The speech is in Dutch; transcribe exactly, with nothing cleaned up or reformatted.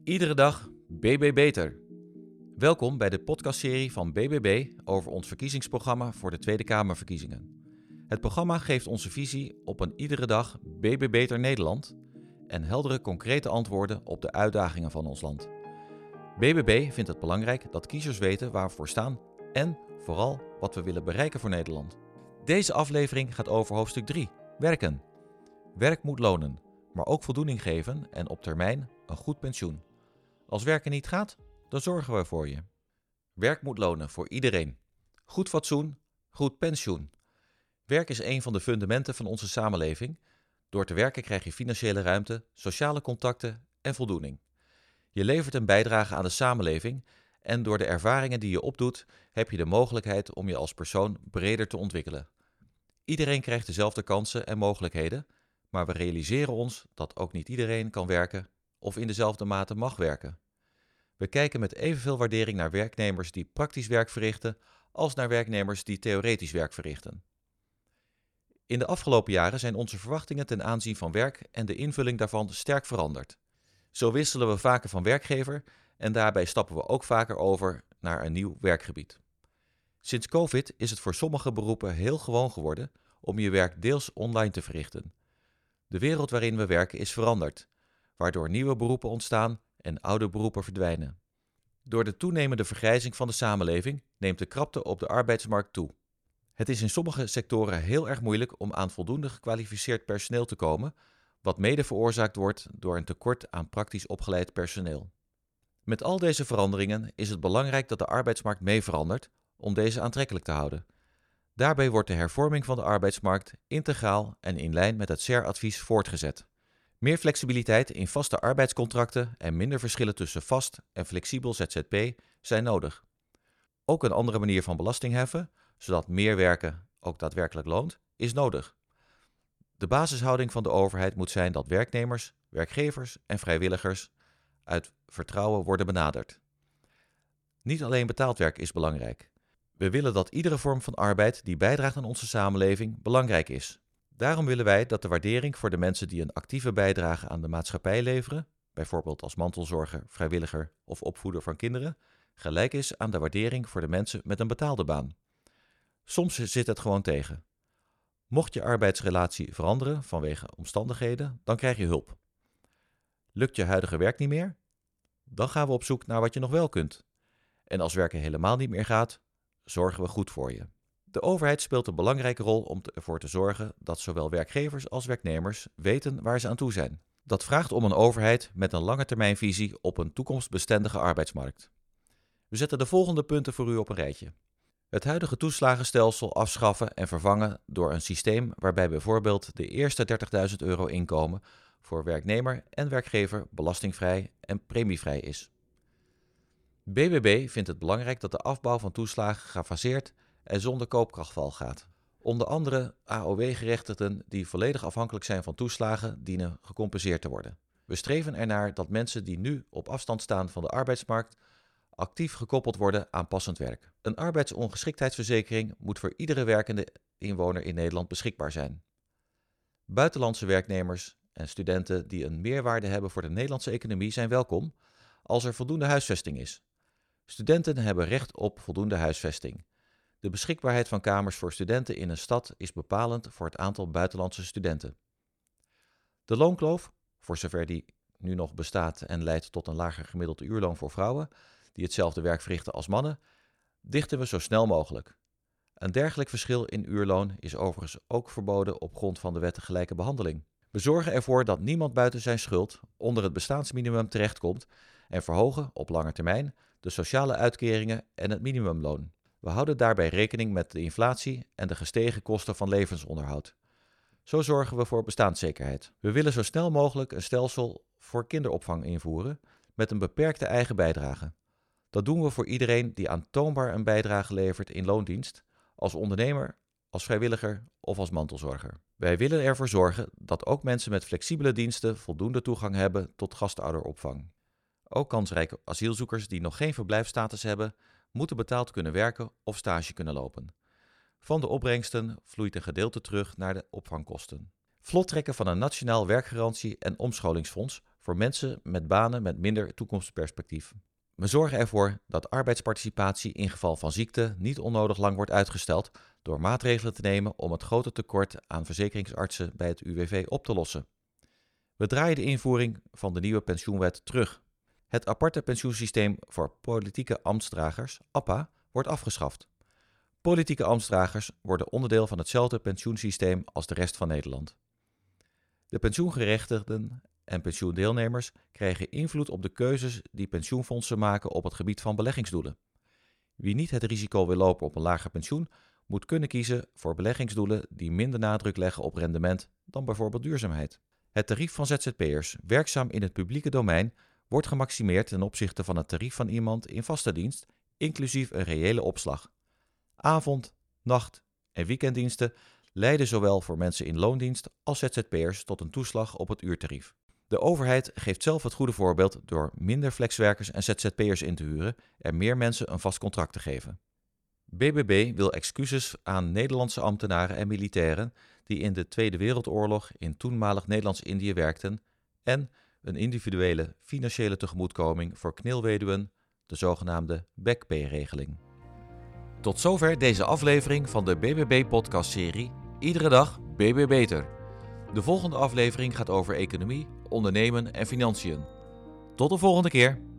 Iedere dag B B Beter. Welkom bij de podcastserie van B B B over ons verkiezingsprogramma voor de Tweede Kamerverkiezingen. Het programma geeft onze visie op een iedere dag B B Beter Nederland en heldere concrete antwoorden op de uitdagingen van ons land. B B B vindt het belangrijk dat kiezers weten waar we voor staan en vooral wat we willen bereiken voor Nederland. Deze aflevering gaat over hoofdstuk drie, werken. Werk moet lonen, maar ook voldoening geven en op termijn een goed pensioen. Als werken niet gaat, dan zorgen we voor je. Werk moet lonen voor iedereen. Goed fatsoen, goed pensioen. Werk is een van de fundamenten van onze samenleving. Door te werken krijg je financiële ruimte, sociale contacten en voldoening. Je levert een bijdrage aan de samenleving en door de ervaringen die je opdoet, heb je de mogelijkheid om je als persoon breder te ontwikkelen. Iedereen krijgt dezelfde kansen en mogelijkheden, maar we realiseren ons dat ook niet iedereen kan werken of in dezelfde mate mag werken. We kijken met evenveel waardering naar werknemers die praktisch werk verrichten als naar werknemers die theoretisch werk verrichten. In de afgelopen jaren zijn onze verwachtingen ten aanzien van werk en de invulling daarvan sterk veranderd. Zo wisselen we vaker van werkgever en daarbij stappen we ook vaker over naar een nieuw werkgebied. Sinds COVID is het voor sommige beroepen heel gewoon geworden om je werk deels online te verrichten. De wereld waarin we werken is veranderd, waardoor nieuwe beroepen ontstaan en oude beroepen verdwijnen. Door de toenemende vergrijzing van de samenleving neemt de krapte op de arbeidsmarkt toe. Het is in sommige sectoren heel erg moeilijk om aan voldoende gekwalificeerd personeel te komen, wat mede veroorzaakt wordt door een tekort aan praktisch opgeleid personeel. Met al deze veranderingen is het belangrijk dat de arbeidsmarkt mee verandert om deze aantrekkelijk te houden. Daarbij wordt de hervorming van de arbeidsmarkt integraal en in lijn met het C E R-advies voortgezet. Meer flexibiliteit in vaste arbeidscontracten en minder verschillen tussen vast en flexibel Z Z P zijn nodig. Ook een andere manier van belasting heffen, zodat meer werken ook daadwerkelijk loont, is nodig. De basishouding van de overheid moet zijn dat werknemers, werkgevers en vrijwilligers uit vertrouwen worden benaderd. Niet alleen betaald werk is belangrijk. We willen dat iedere vorm van arbeid die bijdraagt aan onze samenleving belangrijk is. Daarom willen wij dat de waardering voor de mensen die een actieve bijdrage aan de maatschappij leveren, bijvoorbeeld als mantelzorger, vrijwilliger of opvoeder van kinderen, gelijk is aan de waardering voor de mensen met een betaalde baan. Soms zit het gewoon tegen. Mocht je arbeidsrelatie veranderen vanwege omstandigheden, dan krijg je hulp. Lukt je huidige werk niet meer? Dan gaan we op zoek naar wat je nog wel kunt. En als werken helemaal niet meer gaat, zorgen we goed voor je. De overheid speelt een belangrijke rol om ervoor te zorgen dat zowel werkgevers als werknemers weten waar ze aan toe zijn. Dat vraagt om een overheid met een langetermijnvisie op een toekomstbestendige arbeidsmarkt. We zetten de volgende punten voor u op een rijtje. Het huidige toeslagenstelsel afschaffen en vervangen door een systeem waarbij bijvoorbeeld de eerste dertigduizend euro inkomen voor werknemer en werkgever belastingvrij en premievrij is. B B B vindt het belangrijk dat de afbouw van toeslagen gefaseerd en zonder koopkrachtval gaat. Onder andere A O W-gerechtigden die volledig afhankelijk zijn van toeslagen dienen gecompenseerd te worden. We streven ernaar dat mensen die nu op afstand staan van de arbeidsmarkt actief gekoppeld worden aan passend werk. Een arbeidsongeschiktheidsverzekering moet voor iedere werkende inwoner in Nederland beschikbaar zijn. Buitenlandse werknemers en studenten die een meerwaarde hebben voor de Nederlandse economie zijn welkom als er voldoende huisvesting is. Studenten hebben recht op voldoende huisvesting. De beschikbaarheid van kamers voor studenten in een stad is bepalend voor het aantal buitenlandse studenten. De loonkloof, voor zover die nu nog bestaat en leidt tot een lager gemiddeld uurloon voor vrouwen die hetzelfde werk verrichten als mannen, dichten we zo snel mogelijk. Een dergelijk verschil in uurloon is overigens ook verboden op grond van de wet gelijke behandeling. We zorgen ervoor dat niemand buiten zijn schuld onder het bestaansminimum terechtkomt en verhogen op lange termijn de sociale uitkeringen en het minimumloon. We houden daarbij rekening met de inflatie en de gestegen kosten van levensonderhoud. Zo zorgen we voor bestaanszekerheid. We willen zo snel mogelijk een stelsel voor kinderopvang invoeren met een beperkte eigen bijdrage. Dat doen we voor iedereen die aantoonbaar een bijdrage levert in loondienst, als ondernemer, als vrijwilliger of als mantelzorger. Wij willen ervoor zorgen dat ook mensen met flexibele diensten voldoende toegang hebben tot gastouderopvang. Ook kansrijke asielzoekers die nog geen verblijfsstatus hebben, moeten betaald kunnen werken of stage kunnen lopen. Van de opbrengsten vloeit een gedeelte terug naar de opvangkosten. Vlot trekken van een nationaal werkgarantie- en omscholingsfonds voor mensen met banen met minder toekomstperspectief. We zorgen ervoor dat arbeidsparticipatie in geval van ziekte niet onnodig lang wordt uitgesteld door maatregelen te nemen om het grote tekort aan verzekeringsartsen bij het U W V op te lossen. We draaien de invoering van de nieuwe pensioenwet terug. Het aparte pensioensysteem voor politieke ambtsdragers, A P A, wordt afgeschaft. Politieke ambtsdragers worden onderdeel van hetzelfde pensioensysteem als de rest van Nederland. De pensioengerechtigden en pensioendeelnemers krijgen invloed op de keuzes die pensioenfondsen maken op het gebied van beleggingsdoelen. Wie niet het risico wil lopen op een lager pensioen, moet kunnen kiezen voor beleggingsdoelen die minder nadruk leggen op rendement dan bijvoorbeeld duurzaamheid. Het tarief van Z Z P'ers werkzaam in het publieke domein wordt gemaximeerd ten opzichte van het tarief van iemand in vaste dienst, inclusief een reële opslag. Avond-, nacht- en weekenddiensten leiden zowel voor mensen in loondienst als Z Z P'ers tot een toeslag op het uurtarief. De overheid geeft zelf het goede voorbeeld door minder flexwerkers en Z Z P'ers in te huren en meer mensen een vast contract te geven. B B B wil excuses aan Nederlandse ambtenaren en militairen die in de Tweede Wereldoorlog in toenmalig Nederlands-Indië werkten en een individuele financiële tegemoetkoming voor knilweduwen, de zogenaamde backpay-regeling. Tot zover deze aflevering van de B B B-podcastserie Iedere dag B B Beter. De volgende aflevering gaat over economie, ondernemen en financiën. Tot de volgende keer!